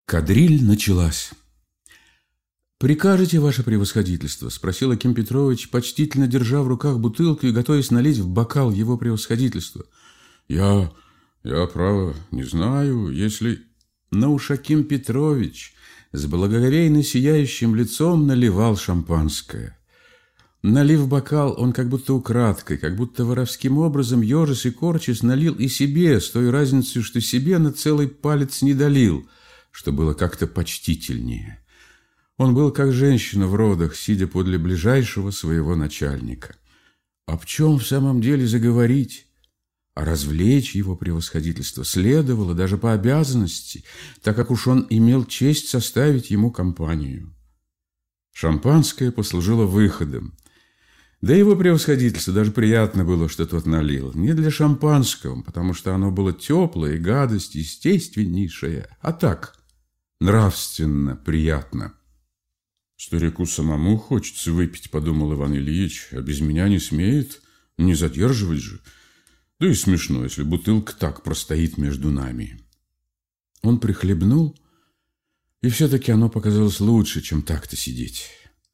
Кадриль началась. «Прикажете, ваше превосходительство?» – спросил Аким Петрович, почтительно держа в руках бутылку и готовясь налить в бокал его превосходительства. «Я, право, не знаю, если...» Но уж Аким Петрович с благоговейно сияющим лицом наливал шампанское. Налив бокал, он как будто украдкой, как будто воровским образом, ежась и корчась, налил и себе, с той разницей, что себе на целый палец не долил, что было как-то почтительнее. Он был как женщина в родах, сидя подле ближайшего своего начальника. Об чем в самом деле заговорить? А развлечь его превосходительство следовало даже по обязанности, так как уж он имел честь составить ему компанию. Шампанское послужило выходом. Да его превосходительство даже приятно было, что тот налил. Не для шампанского, потому что оно было теплое, и гадость естественнейшая, а так, нравственно приятно. «Старику самому хочется выпить», — подумал Иван Ильич, — «а без меня не смеет, не задерживать же. Да и смешно, если бутылка так простоит между нами». Он прихлебнул, и все-таки оно показалось лучше, чем так-то сидеть.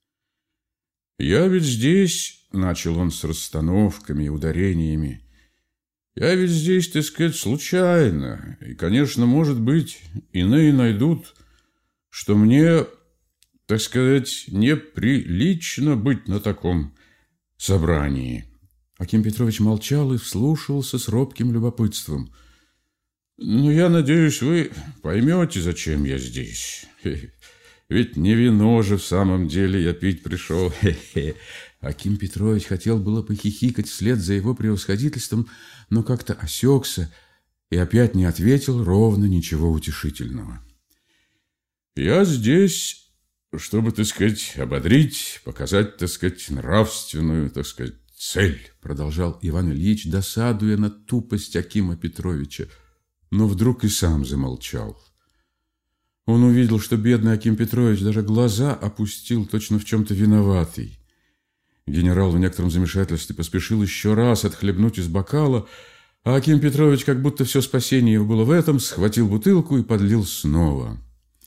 «Я ведь здесь», — начал он с расстановками и ударениями, — «я ведь здесь, так сказать, случайно, и, конечно, может быть, иные найдут, что мне, так сказать, неприлично быть на таком собрании». Аким Петрович молчал и вслушивался с робким любопытством. «Ну, я надеюсь, вы поймете, зачем я здесь. Ведь не вино же в самом деле я пить пришел. Аким Петрович хотел было похихикать вслед за его превосходительством, но как-то осекся и опять не ответил ровно ничего утешительного. «Я здесь, чтобы, так сказать, ободрить, показать, так сказать, нравственную, так сказать, цель», продолжал Иван Ильич, досадуя на тупость Акима Петровича, но вдруг и сам замолчал. Он увидел, что бедный Аким Петрович даже глаза опустил, точно в чем-то виноватый. Генерал в некотором замешательстве поспешил еще раз отхлебнуть из бокала, а Аким Петрович, как будто все спасение его было в этом, схватил бутылку и подлил снова.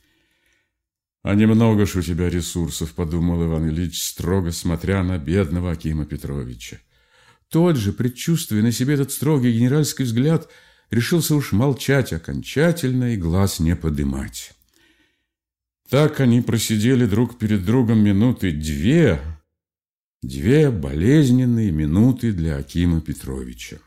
«А немного ж у тебя ресурсов», — подумал Иван Ильич, строго смотря на бедного Акима Петровича. Тот же, предчувствуя на себе этот строгий генеральский взгляд, решился уж молчать окончательно и глаз не подымать. Так они просидели друг перед другом минуты две болезненные минуты для Акима Петровича.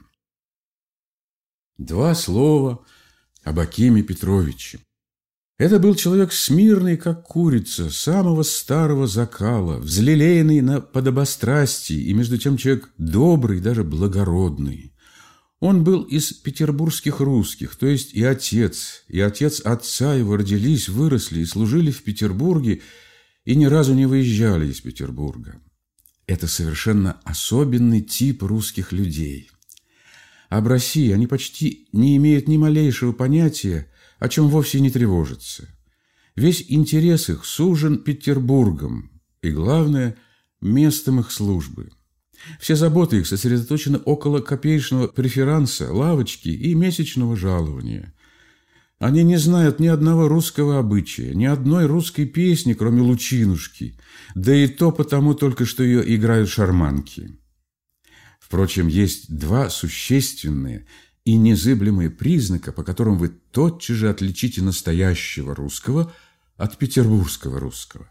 Два слова об Акиме Петровиче. Это был человек смирный, как курица, самого старого закала, взлелеянный на подобострастии, и между тем человек добрый, даже благородный. Он был из петербургских русских, то есть и отец отца его родились, выросли и служили в Петербурге, и ни разу не выезжали из Петербурга. Это совершенно особенный тип русских людей. Об России они почти не имеют ни малейшего понятия, о чем вовсе не тревожатся. Весь интерес их сужен Петербургом, и, главное, местом их службы. Все заботы их сосредоточены около копеечного преферанса, лавочки и месячного жалования. Они не знают ни одного русского обычая, ни одной русской песни, кроме «Лучинушки», да и то потому только, что ее играют шарманки. Впрочем, есть два существенные и незыблемые признака, по которым вы тотчас же отличите настоящего русского от петербургского русского.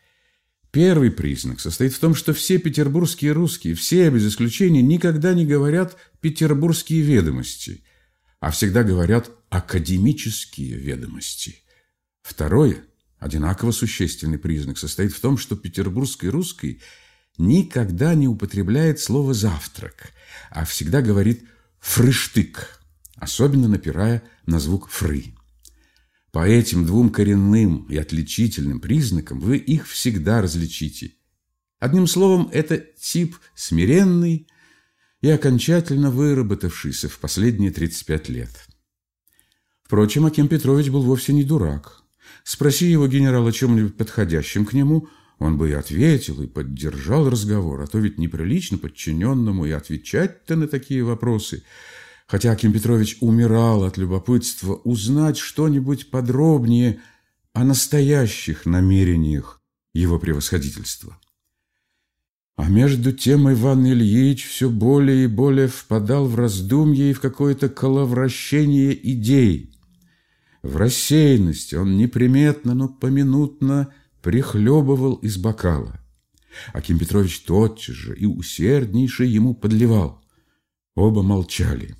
Первый признак состоит в том, что все петербургские русские, все без исключения, никогда не говорят «петербургские ведомости», а всегда говорят «академические ведомости». Второй, одинаково существенный признак состоит в том, что петербургский русский никогда не употребляет слово «завтрак», а всегда говорит «фрыштык», особенно напирая на звук «фры». По этим двум коренным и отличительным признакам вы их всегда различите. Одним словом, это тип смиренный и окончательно выработавшийся в последние 35 лет. Впрочем, Аким Петрович был вовсе не дурак. Спроси его генерал о чем-нибудь подходящем к нему, он бы и ответил, и поддержал разговор, а то ведь неприлично подчиненному и отвечать-то на такие вопросы. Хотя Аким Петрович умирал от любопытства узнать что-нибудь подробнее о настоящих намерениях его превосходительства. А между тем Иван Ильич все более и более впадал в раздумье и в какое-то коловращение идей. В рассеянности он неприметно, но поминутно прихлебывал из бокала. Аким Петрович тотчас же и усерднейше ему подливал. Оба молчали.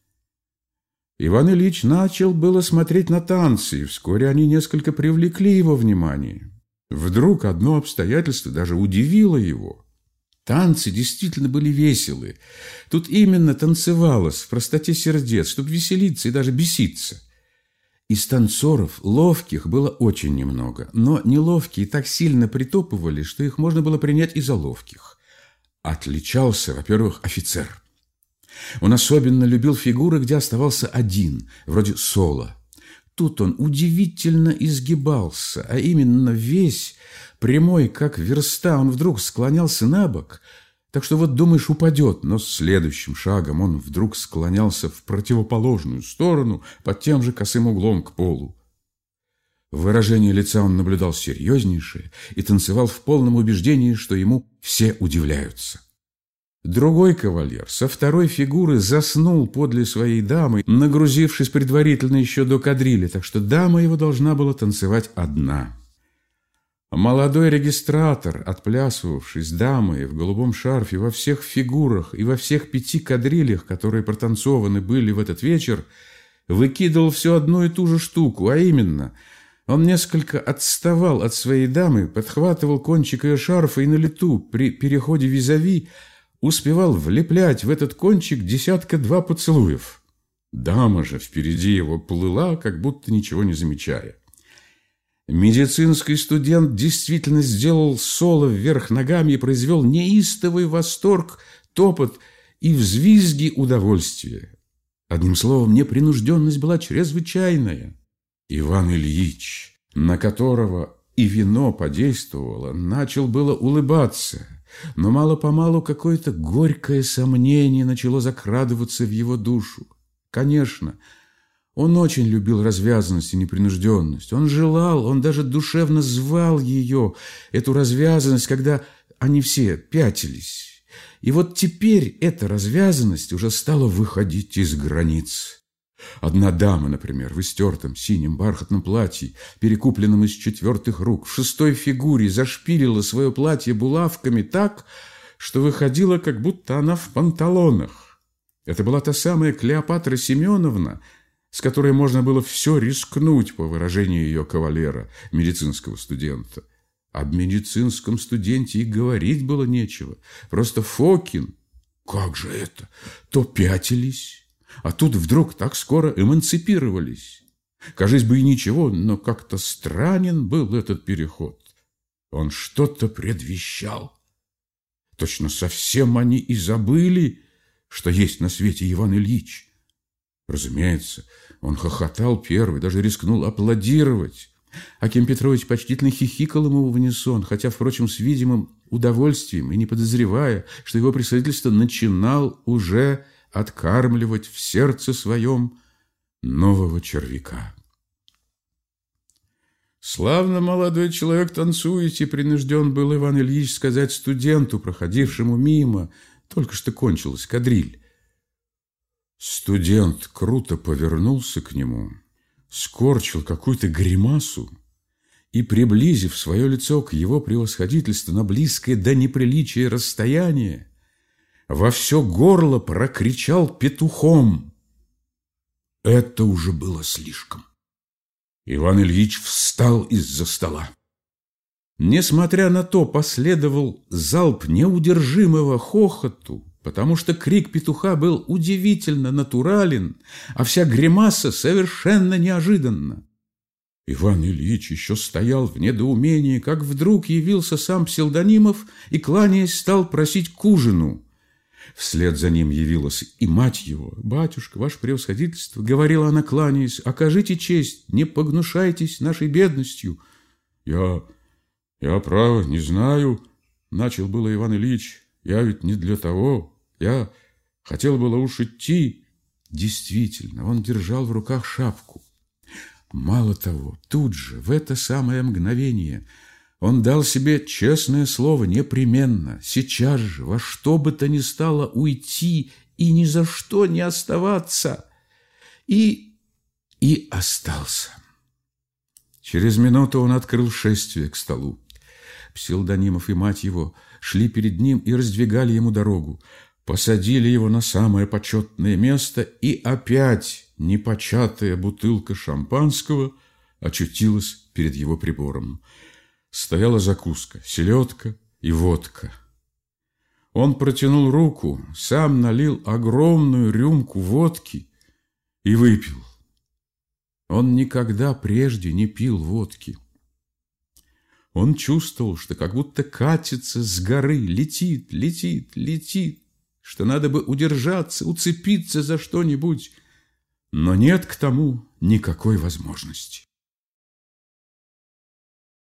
Иван Ильич начал было смотреть на танцы, и вскоре они несколько привлекли его внимание. Вдруг одно обстоятельство даже удивило его. Танцы действительно были веселые. Тут именно танцевалось в простоте сердец, чтобы веселиться и даже беситься. Из танцоров ловких было очень немного, но неловкие так сильно притопывали, что их можно было принять и за ловких. Отличался, во-первых, офицер. Он особенно любил фигуры, где оставался один, вроде соло. Тут он удивительно изгибался, а именно весь, прямой, как верста, он вдруг склонялся на бок, так что вот думаешь, упадет, но с следующим шагом он вдруг склонялся в противоположную сторону под тем же косым углом к полу. Выражение лица он наблюдал серьезнейшее и танцевал в полном убеждении, что ему все удивляются. Другой кавалер со второй фигуры заснул подле своей дамы, нагрузившись предварительно еще до кадрили, так что дама его должна была танцевать одна. Молодой регистратор, отплясывавший с дамой в голубом шарфе во всех фигурах и во всех 5 кадрилях, которые протанцованы были в этот вечер, выкидывал все одну и ту же штуку, а именно, он несколько отставал от своей дамы, подхватывал кончик ее шарфа и на лету при переходе визави успевал влеплять в этот кончик 10-2 поцелуев. Дама же впереди его плыла, как будто ничего не замечая. Медицинский студент действительно сделал соло вверх ногами и произвел неистовый восторг, топот и взвизги удовольствия. Одним словом, непринужденность была чрезвычайная. Иван Ильич, на которого и вино подействовало, начал было улыбаться, но мало-помалу какое-то горькое сомнение начало закрадываться в его душу. Конечно, он очень любил развязанность и непринужденность. Он желал, он даже душевно звал ее, эту развязанность, когда они все пятились. И вот теперь эта развязанность уже стала выходить из границ. Одна дама, например, в истертом синем бархатном платье, перекупленном из 4 рук, в 6-й фигуре зашпилила свое платье булавками так, что выходило, как будто она в панталонах. Это была та самая Клеопатра Семеновна, с которой можно было все рискнуть, по выражению ее кавалера, медицинского студента. Об медицинском студенте и говорить было нечего. Просто Фокин. Как же это? То пятились, а тут вдруг так скоро эмансипировались. Кажись бы и ничего, но как-то странен был этот переход. Он что-то предвещал. Точно совсем они и забыли, что есть на свете Иван Ильич. Разумеется, он хохотал первый, даже рискнул аплодировать. Аким Петрович почтительно хихикал ему в унисон, хотя, впрочем, с видимым удовольствием и не подозревая, что его превосходительство начинал уже откармливать в сердце своем нового червяка. «Славно, молодой человек, танцуете», — принужден был Иван Ильич сказать студенту, проходившему мимо. Только что кончилась кадриль. Студент круто повернулся к нему, скорчил какую-то гримасу и, приблизив свое лицо к его превосходительству на близкое до неприличия расстояние, во все горло прокричал петухом. Это уже было слишком. Иван Ильич встал из-за стола. Несмотря на то, последовал залп неудержимого хохоту, потому что крик петуха был удивительно натурален, а вся гримаса совершенно неожиданна. Иван Ильич еще стоял в недоумении, как вдруг явился сам Псилдонимов и, кланяясь, стал просить к ужину. Вслед за ним явилась и мать его. «Батюшка, ваше превосходительство», — говорила она, кланяясь, — «окажите честь, не погнушайтесь нашей бедностью». Я право не знаю», — начал было Иван Ильич, — «я ведь не для того, я хотел было уж идти». Действительно, он держал в руках шапку. Мало того, тут же, в это самое мгновение, он дал себе честное слово непременно, сейчас же, во что бы то ни стало уйти и ни за что не оставаться. И остался. Через минуту он открыл шествие к столу. Псилдонимов и мать его шли перед ним и раздвигали ему дорогу, посадили его на самое почетное место, и опять непочатая бутылка шампанского очутилась перед его прибором. Стояла закуска, селедка и водка. Он протянул руку, сам налил огромную рюмку водки и выпил. Он никогда прежде не пил водки. Он чувствовал, что как будто катится с горы, летит, что надо бы удержаться, уцепиться за что-нибудь, но нет к тому никакой возможности.